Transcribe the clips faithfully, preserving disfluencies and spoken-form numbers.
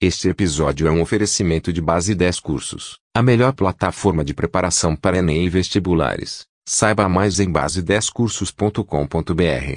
Este episódio é um oferecimento de Base dez Cursos, a melhor plataforma de preparação para Enem e vestibulares. Saiba mais em base dez cursos ponto com ponto br.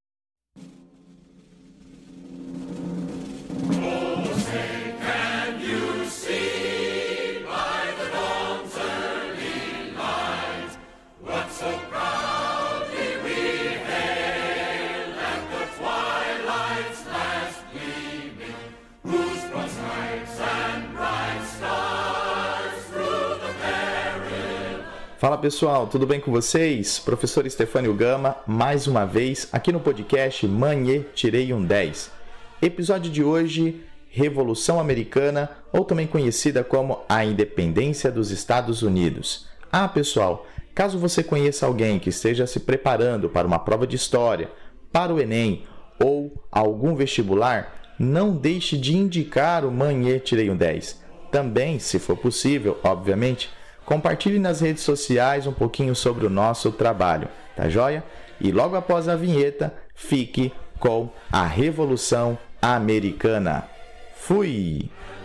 Fala pessoal, tudo bem com vocês? Professor Estefânio Gama, mais uma vez aqui no podcast Manhê Tirei um dez. Episódio de hoje, Revolução Americana, ou também conhecida como a Independência dos Estados Unidos. Ah pessoal, caso você conheça alguém que esteja se preparando para uma prova de história, para o Enem ou algum vestibular, não deixe de indicar o Manhê Tirei um dez. Também, se for possível, obviamente, compartilhe nas redes sociais um pouquinho sobre o nosso trabalho, tá joia? E logo após a vinheta, fique com a Revolução Americana. Fui!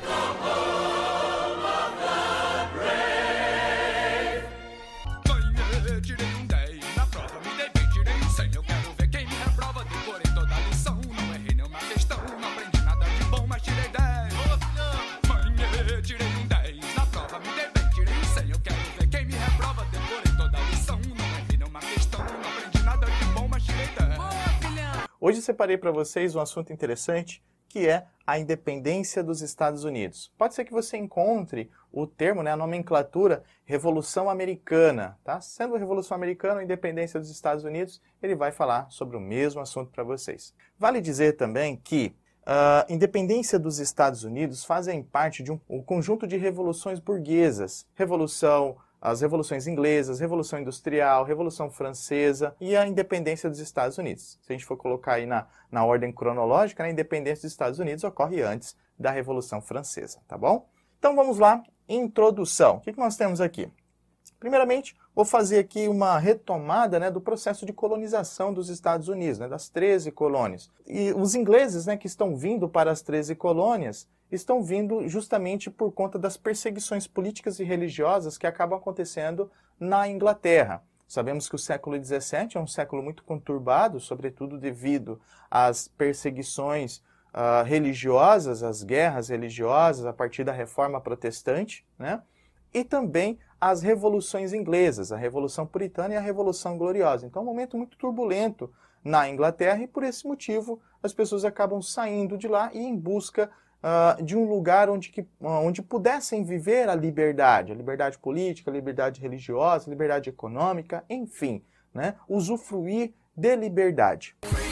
Hoje separei para vocês um assunto interessante, que é a independência dos Estados Unidos. Pode ser que você encontre o termo, né, a nomenclatura Revolução Americana, tá? Sendo a Revolução Americana, a independência dos Estados Unidos, ele vai falar sobre o mesmo assunto para vocês. Vale dizer também que a independência dos Estados Unidos fazem parte de um, um conjunto de revoluções burguesas, revolução as revoluções inglesas, Revolução Industrial, Revolução Francesa e a independência dos Estados Unidos. Se a gente for colocar aí na, na ordem cronológica, a independência dos Estados Unidos ocorre antes da Revolução Francesa, tá bom? Então vamos lá, introdução. O que, que nós temos aqui? Primeiramente, vou fazer aqui uma retomada, né, do processo de colonização dos Estados Unidos, né, das treze colônias. E os ingleses, né, que estão vindo para as treze colônias, estão vindo justamente por conta das perseguições políticas e religiosas que acabam acontecendo na Inglaterra. Sabemos que o século dezessete é um século muito conturbado, sobretudo devido às perseguições uh, religiosas, às guerras religiosas a partir da Reforma Protestante, né? E também as revoluções inglesas, a Revolução Puritana e a Revolução Gloriosa. Então é um momento muito turbulento na Inglaterra e por esse motivo as pessoas acabam saindo de lá e em busca Uh, de um lugar onde, que, onde pudessem viver a liberdade, a liberdade política, a liberdade religiosa, a liberdade econômica, enfim, né? Usufruir de liberdade.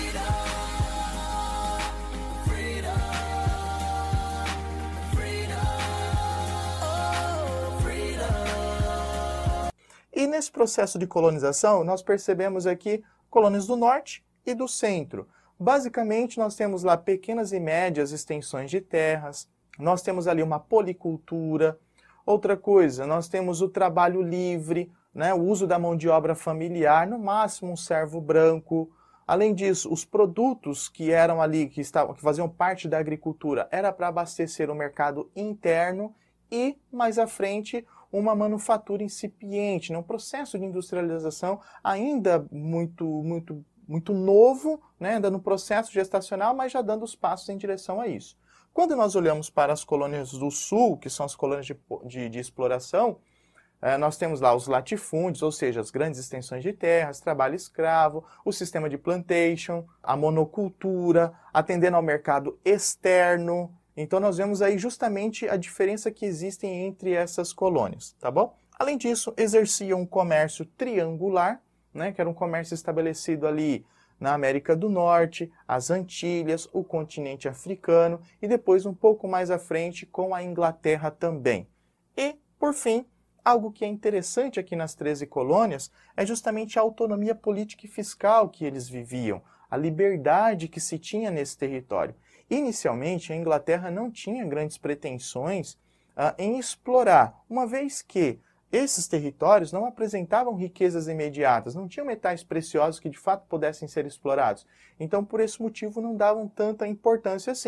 E nesse processo de colonização, nós percebemos aqui colônias do norte e do centro. Basicamente, nós temos lá pequenas e médias extensões de terras, nós temos ali uma policultura. Outra coisa, nós temos o trabalho livre, né, o uso da mão de obra familiar, no máximo um servo branco. Além disso, os produtos que eram ali, que, estavam, que faziam parte da agricultura, era para abastecer o mercado interno e, mais à frente, uma manufatura incipiente, né, um processo de industrialização ainda muito, muito muito novo, né, ainda no processo gestacional, mas já dando os passos em direção a isso. Quando nós olhamos para as colônias do sul, que são as colônias de, de, de exploração, eh, nós temos lá os latifúndios, ou seja, as grandes extensões de terras, trabalho escravo, o sistema de plantation, a monocultura, atendendo ao mercado externo. Então nós vemos aí justamente a diferença que existe entre essas colônias, tá bom? Além disso, exerciam um comércio triangular, né, que era um comércio estabelecido ali na América do Norte, as Antilhas, o continente africano e depois um pouco mais à frente com a Inglaterra também. E, por fim, algo que é interessante aqui nas treze colônias é justamente a autonomia política e fiscal que eles viviam, a liberdade que se tinha nesse território. Inicialmente, a Inglaterra não tinha grandes pretensões uh, em explorar, uma vez que esses territórios não apresentavam riquezas imediatas, não tinham metais preciosos que de fato pudessem ser explorados. Então, por esse motivo, não davam tanta importância assim.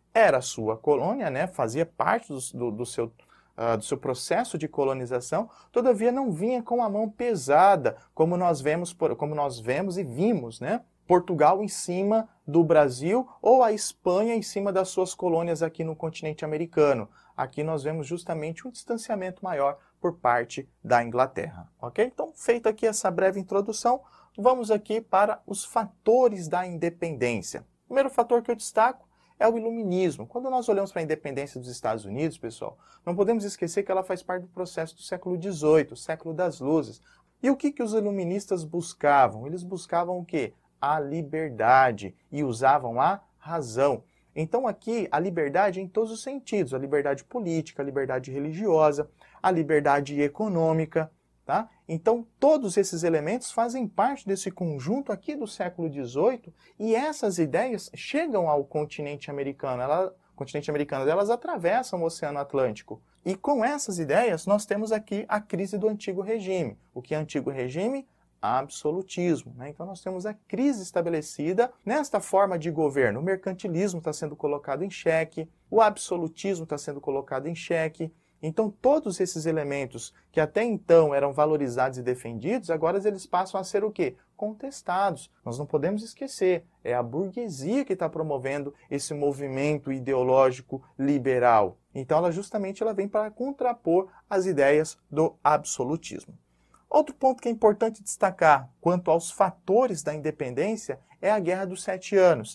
era sua colônia, né, fazia parte do, do, do seu Uh, do seu processo de colonização, todavia não vinha com a mão pesada, como nós vemos, por, como nós vemos e vimos, né? Portugal em cima do Brasil ou a Espanha em cima das suas colônias aqui no continente americano. Aqui nós vemos justamente um distanciamento maior por parte da Inglaterra, ok? Então, feita aqui essa breve introdução, vamos aqui para os fatores da independência. O primeiro fator que eu destaco é o iluminismo. Quando nós olhamos para a independência dos Estados Unidos, pessoal, não podemos esquecer que ela faz parte do processo do século dezoito, o século das luzes. E o que, que os iluministas buscavam? Eles buscavam o quê? A liberdade e usavam a razão. Então aqui a liberdade em todos os sentidos, a liberdade política, a liberdade religiosa, a liberdade econômica, tá? Então, todos esses elementos fazem parte desse conjunto aqui do século dezoito e essas ideias chegam ao continente americano. Ela, o continente americano, elas atravessam o Oceano Atlântico. E com essas ideias, nós temos aqui a crise do antigo regime. O que é antigo regime? Absolutismo, né? Então, nós temos a crise estabelecida nesta forma de governo. O mercantilismo está sendo colocado em xeque, o absolutismo está sendo colocado em xeque. Então, todos esses elementos que até então eram valorizados e defendidos, agora eles passam a ser o quê? Contestados. Nós não podemos esquecer, é a burguesia que está promovendo esse movimento ideológico liberal. Então, ela justamente ela vem para contrapor as ideias do absolutismo. Outro ponto que é importante destacar quanto aos fatores da independência é a Guerra dos Sete Anos.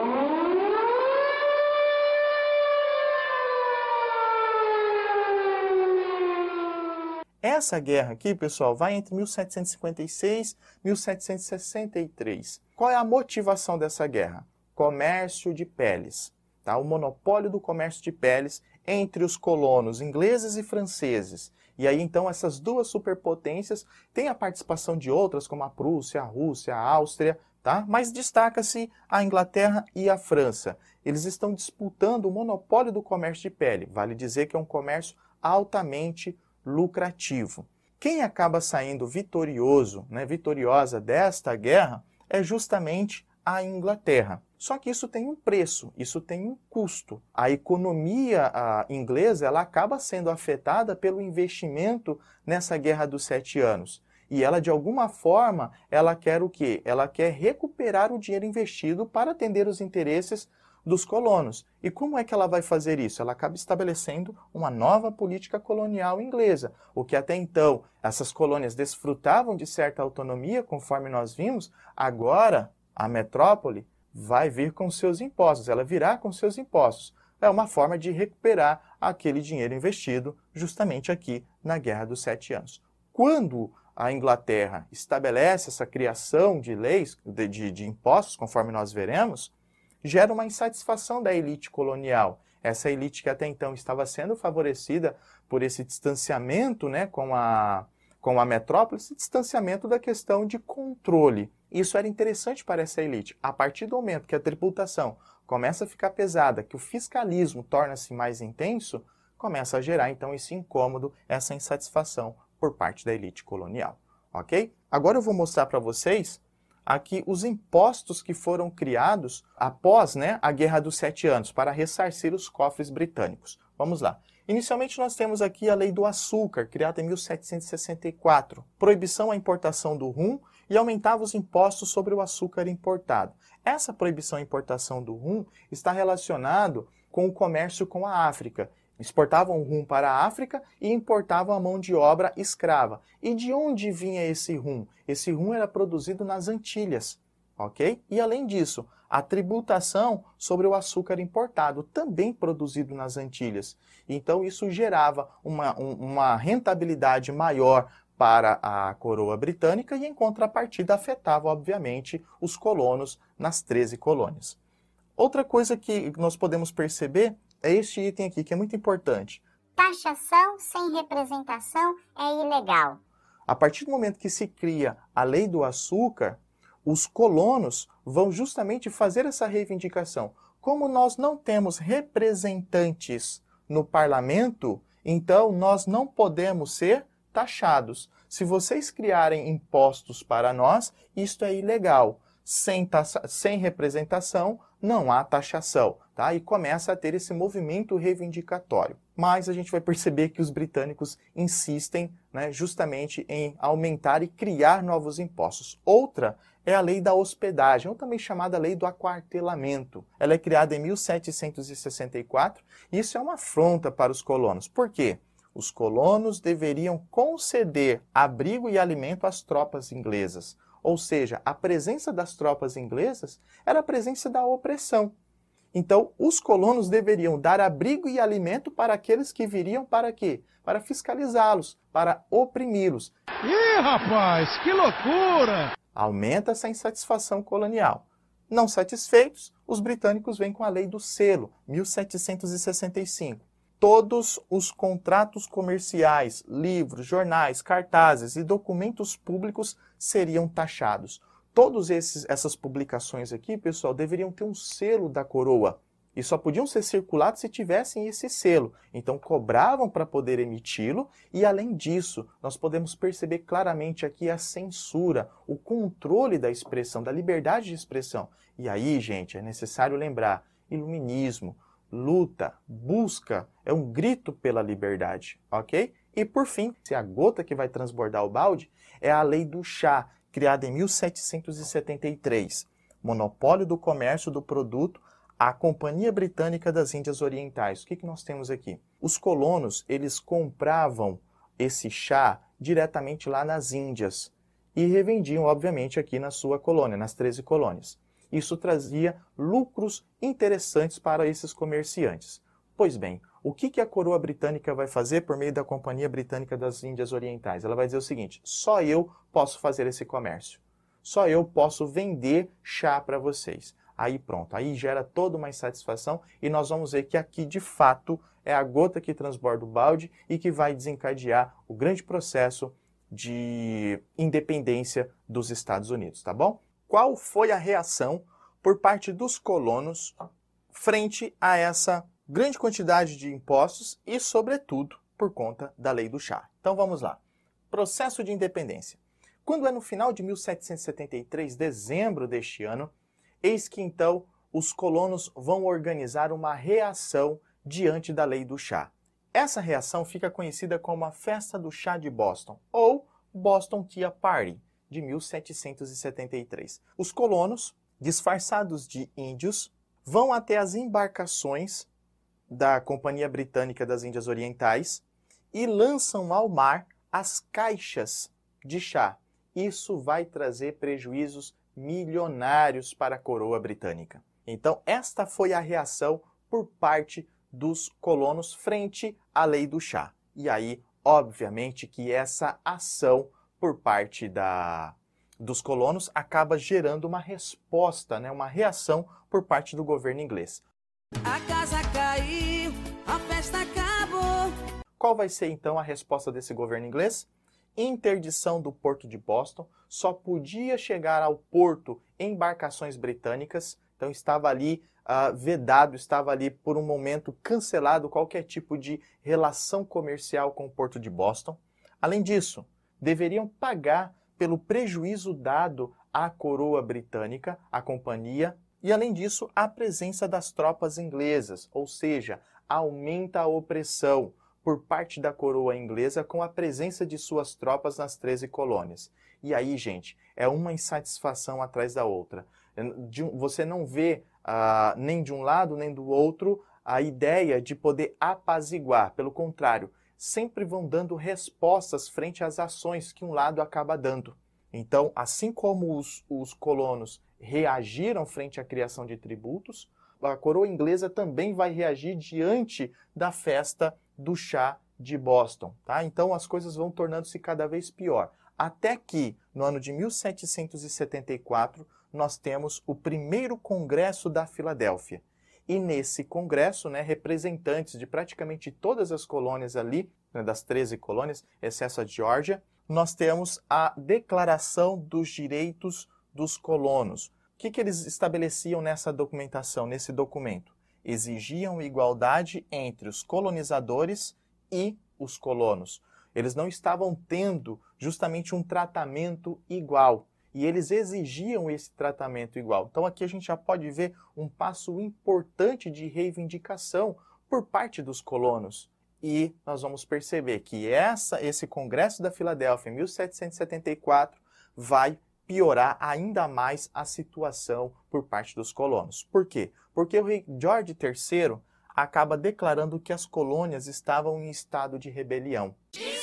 Essa guerra aqui, pessoal, vai entre mil setecentos e cinquenta e seis e mil setecentos e sessenta e três. Qual é a motivação dessa guerra? Comércio de peles. Tá? O monopólio do comércio de peles entre os colonos ingleses e franceses. E aí, então, essas duas superpotências têm a participação de outras, como a Prússia, a Rússia, a Áustria, tá? Mas destaca-se a Inglaterra e a França. Eles estão disputando o monopólio do comércio de pele. Vale dizer que é um comércio altamente lucrativo. Quem acaba saindo vitorioso, né, vitoriosa desta guerra é justamente a Inglaterra. Só que isso tem um preço, isso tem um custo. A economia a, inglesa ela acaba sendo afetada pelo investimento nessa Guerra dos Sete Anos. E ela, de alguma forma, ela quer o quê? Ela quer recuperar o dinheiro investido para atender os interesses dos colonos. E como é que ela vai fazer isso? Ela acaba estabelecendo uma nova política colonial inglesa, o que até então essas colônias desfrutavam de certa autonomia, conforme nós vimos, agora a metrópole vai vir com seus impostos, ela virá com seus impostos. É uma forma de recuperar aquele dinheiro investido justamente aqui na Guerra dos Sete Anos. Quando a Inglaterra estabelece essa criação de leis, de, de, de impostos, conforme nós veremos, gera uma insatisfação da elite colonial. Essa elite que até então estava sendo favorecida por esse distanciamento, né, com a, com a metrópole, esse distanciamento da questão de controle. Isso era interessante para essa elite. A partir do momento que a tributação começa a ficar pesada, que o fiscalismo torna-se mais intenso, começa a gerar então esse incômodo, essa insatisfação por parte da elite colonial. Ok? Agora eu vou mostrar para vocês aqui os impostos que foram criados após, né, a Guerra dos Sete Anos, para ressarcir os cofres britânicos. Vamos lá. Inicialmente nós temos aqui a Lei do Açúcar, criada em mil setecentos e sessenta e quatro. Proibição à importação do rum e aumentava os impostos sobre o açúcar importado. Essa proibição à importação do rum está relacionado com o comércio com a África. Exportavam o rum para a África e importavam a mão de obra escrava. E de onde vinha esse rum? Esse rum era produzido nas Antilhas, ok? E além disso, a tributação sobre o açúcar importado, também produzido nas Antilhas. Então isso gerava uma, um, uma rentabilidade maior para a coroa britânica e em contrapartida afetava, obviamente, os colonos nas treze colônias. Outra coisa que nós podemos perceber é este item aqui, que é muito importante. Taxação sem representação é ilegal. A partir do momento que se cria a Lei do Açúcar, os colonos vão justamente fazer essa reivindicação. Como nós não temos representantes no parlamento, então nós não podemos ser taxados. Se vocês criarem impostos para nós, isto é ilegal. Sem, taxa, sem representação, não há taxação, tá? E começa a ter esse movimento reivindicatório. Mas a gente vai perceber que os britânicos insistem, né, justamente em aumentar e criar novos impostos. Outra é a lei da hospedagem, ou também chamada lei do aquartelamento. Ela é criada em mil setecentos e sessenta e quatro e isso é uma afronta para os colonos. Por quê? Os colonos deveriam conceder abrigo e alimento às tropas inglesas. Ou seja, a presença das tropas inglesas era a presença da opressão. Então, os colonos deveriam dar abrigo e alimento para aqueles que viriam para quê? Para fiscalizá-los, para oprimi-los. Ih, rapaz, que loucura! Aumenta essa insatisfação colonial. Não satisfeitos, os britânicos vêm com a Lei do Selo, mil setecentos e sessenta e cinco. Todos os contratos comerciais, livros, jornais, cartazes e documentos públicos seriam taxados. Todas essas publicações aqui, pessoal, deveriam ter um selo da coroa. E só podiam ser circulados se tivessem esse selo. Então, cobravam para poder emiti-lo. E, além disso, nós podemos perceber claramente aqui a censura, o controle da expressão, da liberdade de expressão. E aí, gente, é necessário lembrar, iluminismo, luta, busca, é um grito pela liberdade, ok? E, por fim, se a gota que vai transbordar o balde é a lei do chá, criada em mil setecentos e setenta e três. Monopólio do comércio do produto à Companhia Britânica das Índias Orientais. O que que nós temos aqui? Os colonos, eles compravam esse chá diretamente lá nas Índias e revendiam, obviamente, aqui na sua colônia, nas treze colônias. Isso trazia lucros interessantes para esses comerciantes. Pois bem, o que que a coroa britânica vai fazer por meio da Companhia Britânica das Índias Orientais? Ela vai dizer o seguinte: só eu posso fazer esse comércio. Só eu posso vender chá para vocês. Aí pronto, aí gera toda uma insatisfação e nós vamos ver que aqui, de fato, é a gota que transborda o balde e que vai desencadear o grande processo de independência dos Estados Unidos, tá bom? Qual foi a reação por parte dos colonos frente a essa grande quantidade de impostos e, sobretudo, por conta da lei do chá? Então vamos lá. Processo de independência. Quando é no final de mil setecentos e setenta e três, dezembro deste ano, eis que então os colonos vão organizar uma reação diante da lei do chá. Essa reação fica conhecida como a Festa do Chá de Boston, ou Boston Tea Party, de mil setecentos e setenta e três. Os colonos, disfarçados de índios, vão até as embarcações da Companhia Britânica das Índias Orientais e lançam ao mar as caixas de chá. Isso vai trazer prejuízos milionários para a coroa britânica. Então, esta foi a reação por parte dos colonos frente à lei do chá. E aí, obviamente, que essa ação por parte da, dos colonos acaba gerando uma resposta, né, uma reação por parte do governo inglês. A casa caiu, a festa acabou. Qual vai ser então a resposta desse governo inglês? Interdição do porto de Boston, só podia chegar ao porto embarcações britânicas, então estava ali uh, vedado, estava ali por um momento cancelado qualquer tipo de relação comercial com o porto de Boston. Além disso, deveriam pagar pelo prejuízo dado à coroa britânica, à companhia, e além disso, a presença das tropas inglesas, ou seja, aumenta a opressão por parte da coroa inglesa com a presença de suas tropas nas treze colônias. E aí, gente, é uma insatisfação atrás da outra. De, você não vê uh, nem de um lado nem do outro a ideia de poder apaziguar. Pelo contrário, sempre vão dando respostas frente às ações que um lado acaba dando. Então, assim como os, os colonos reagiram frente à criação de tributos, a coroa inglesa também vai reagir diante da festa do chá de Boston, tá? Então as coisas vão tornando-se cada vez pior. Até que, no ano de mil setecentos e setenta e quatro, nós temos o primeiro Congresso da Filadélfia. E nesse congresso, né, representantes de praticamente todas as colônias ali, né, das treze colônias, exceto a Geórgia, nós temos a Declaração dos Direitos dos Colonos. O que que eles estabeleciam nessa documentação, nesse documento? Exigiam igualdade entre os colonizadores e os colonos. Eles não estavam tendo justamente um tratamento igual. e eles exigiam esse tratamento igual. Então aqui a gente já pode ver um passo importante de reivindicação por parte dos colonos. E nós vamos perceber que essa, esse Congresso da Filadélfia, em mil setecentos e setenta e quatro, vai piorar ainda mais a situação por parte dos colonos. Por quê? Porque o rei George terceiro acaba declarando que as colônias estavam em estado de rebelião.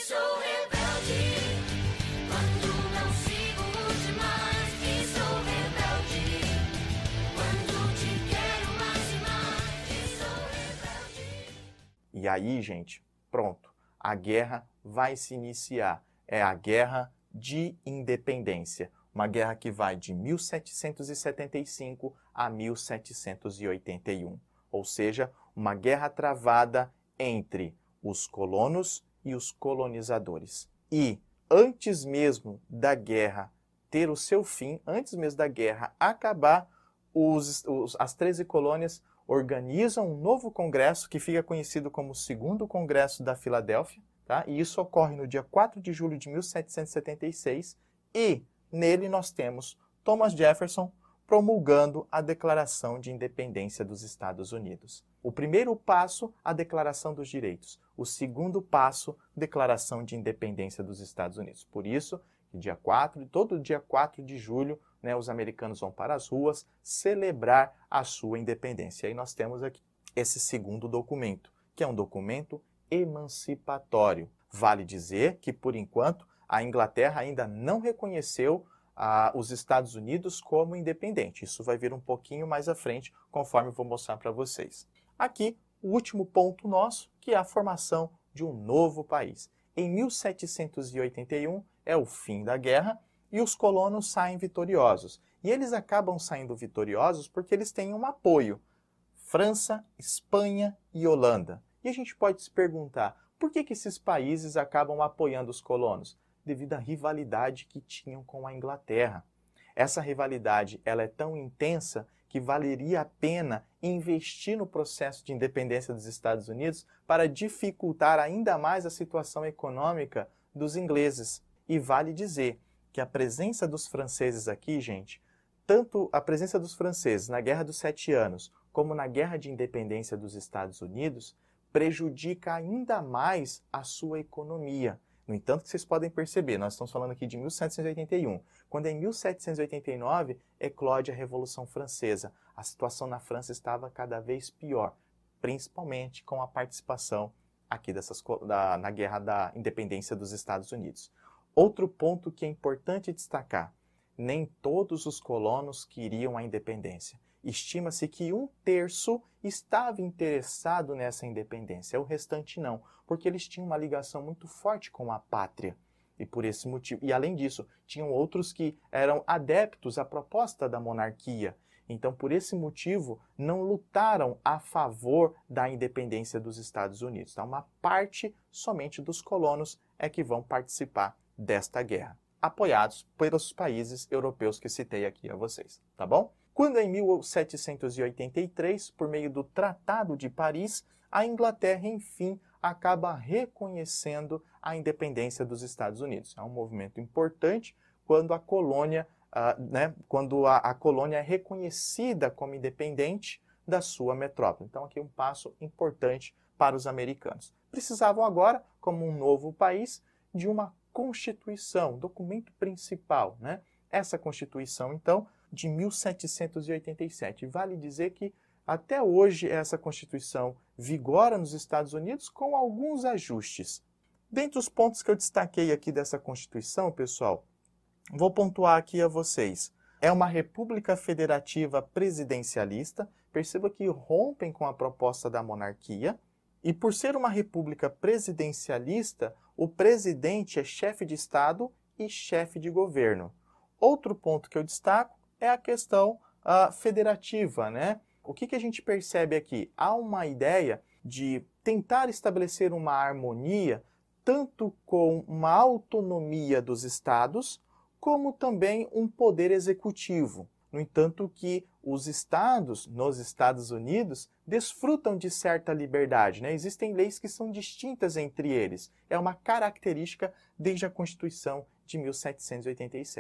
E aí, gente, pronto, a guerra vai se iniciar. É a Guerra de Independência. Uma guerra que vai de mil setecentos e setenta e cinco a mil setecentos e oitenta e um. Ou seja, uma guerra travada entre os colonos e os colonizadores. E antes mesmo da guerra ter o seu fim, antes mesmo da guerra acabar, os, os, as treze colônias organizam um novo congresso que fica conhecido como o Segundo Congresso da Filadélfia, tá? E isso ocorre no dia quatro de julho de mil setecentos e setenta e seis, e nele nós temos Thomas Jefferson promulgando a Declaração de Independência dos Estados Unidos. O primeiro passo, a Declaração dos Direitos. O segundo passo, Declaração de Independência dos Estados Unidos. Por isso, dia quatro, todo dia quatro de julho, né, os americanos vão para as ruas celebrar a sua independência. E aí nós temos aqui esse segundo documento, que é um documento emancipatório. Vale dizer que, por enquanto, a Inglaterra ainda não reconheceu ah, os Estados Unidos como independente. Isso vai vir um pouquinho mais à frente, conforme eu vou mostrar para vocês. Aqui, o último ponto nosso, que é a formação de um novo país. Em mil setecentos e oitenta e um é o fim da guerra e os colonos saem vitoriosos. E eles acabam saindo vitoriosos porque eles têm um apoio. França, Espanha e Holanda. E a gente pode se perguntar, por que que esses países acabam apoiando os colonos? Devido à rivalidade que tinham com a Inglaterra. Essa rivalidade ela é tão intensa que valeria a pena investir no processo de independência dos Estados Unidos para dificultar ainda mais a situação econômica dos ingleses. E vale dizer que a presença dos franceses aqui, gente, tanto a presença dos franceses na Guerra dos Sete Anos como na Guerra de Independência dos Estados Unidos prejudica ainda mais a sua economia. No entanto, que vocês podem perceber, nós estamos falando aqui de mil setecentos e oitenta e um, quando em mil setecentos e oitenta e nove eclode a Revolução Francesa. A situação na França estava cada vez pior, principalmente com a participação aqui dessas, da, na Guerra da Independência dos Estados Unidos. Outro ponto que é importante destacar, nem todos os colonos queriam a independência. Estima-se que um terço estava interessado nessa independência, o restante não, porque eles tinham uma ligação muito forte com a pátria. E por esse motivo, e além disso, tinham outros que eram adeptos à proposta da monarquia. Então, por esse motivo, não lutaram a favor da independência dos Estados Unidos. Então, uma parte somente dos colonos é que vão participar desta guerra, apoiados pelos países europeus que citei aqui a vocês, tá bom? Quando em mil setecentos e oitenta e três, por meio do Tratado de Paris, a Inglaterra, enfim, acaba reconhecendo a independência dos Estados Unidos. É um movimento importante quando a colônia, uh, né, quando a, a colônia é reconhecida como independente da sua metrópole. Então, aqui um passo importante para os americanos. Precisavam agora, como um novo país, de uma Constituição, documento principal, né? Essa Constituição, então, de mil setecentos e oitenta e sete. Vale dizer que até hoje essa Constituição vigora nos Estados Unidos com alguns ajustes. Dentre os pontos que eu destaquei aqui dessa Constituição, pessoal, vou pontuar aqui a vocês. É uma república federativa presidencialista. Perceba que rompem com a proposta da monarquia. E por ser uma república presidencialista, o presidente é chefe de Estado e chefe de governo. Outro ponto que eu destaco é a questão uh, federativa, né? O que, que a gente percebe aqui? Há uma ideia de tentar estabelecer uma harmonia tanto com uma autonomia dos estados, como também um poder executivo. No entanto que os estados, nos Estados Unidos, desfrutam de certa liberdade, né? Existem leis que são distintas entre eles. É uma característica desde a Constituição de mil setecentos e oitenta e sete.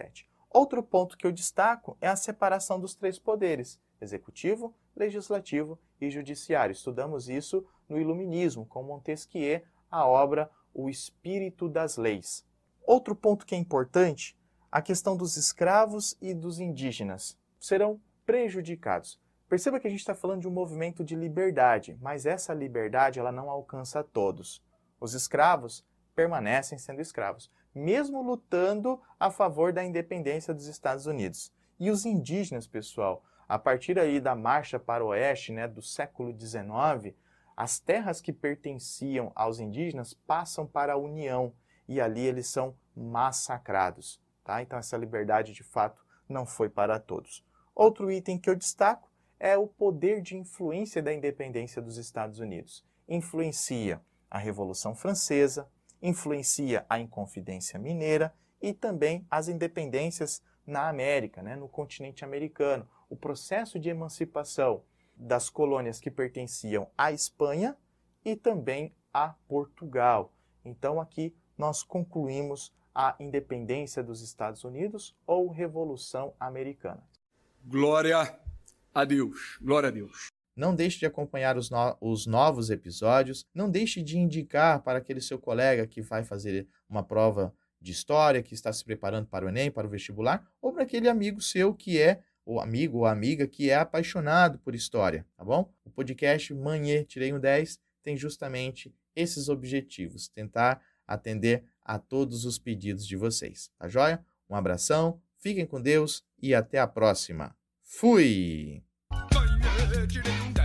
Outro ponto que eu destaco é a separação dos três poderes, executivo, legislativo e judiciário. Estudamos isso no Iluminismo, com Montesquieu, a obra O Espírito das Leis. Outro ponto que é importante, a questão dos escravos e dos indígenas serão prejudicados. Perceba que a gente está falando de um movimento de liberdade, mas essa liberdade ela não alcança a todos. Os escravos permanecem sendo escravos, mesmo lutando a favor da independência dos Estados Unidos. E os indígenas, pessoal, a partir aí da marcha para o oeste, né, do século dezenove, as terras que pertenciam aos indígenas passam para a União e ali eles são massacrados. Tá? Então essa liberdade, de fato, não foi para todos. Outro item que eu destaco é o poder de influência da independência dos Estados Unidos. Influencia a Revolução Francesa, influencia a Inconfidência Mineira e também as independências na América, né, no continente americano. O processo de emancipação das colônias que pertenciam à Espanha e também a Portugal. Então aqui nós concluímos a independência dos Estados Unidos ou Revolução Americana. Glória a Deus, glória a Deus. Não deixe de acompanhar os, no- os novos episódios, não deixe de indicar para aquele seu colega que vai fazer uma prova de história, que está se preparando para o Enem, para o vestibular, ou para aquele amigo seu que é, ou amigo ou amiga que é apaixonado por história, tá bom? O podcast Manhê Tirei um dez tem justamente esses objetivos, tentar atender a todos os pedidos de vocês, tá joia? Um abração, fiquem com Deus e até a próxima. Fui! Tirei um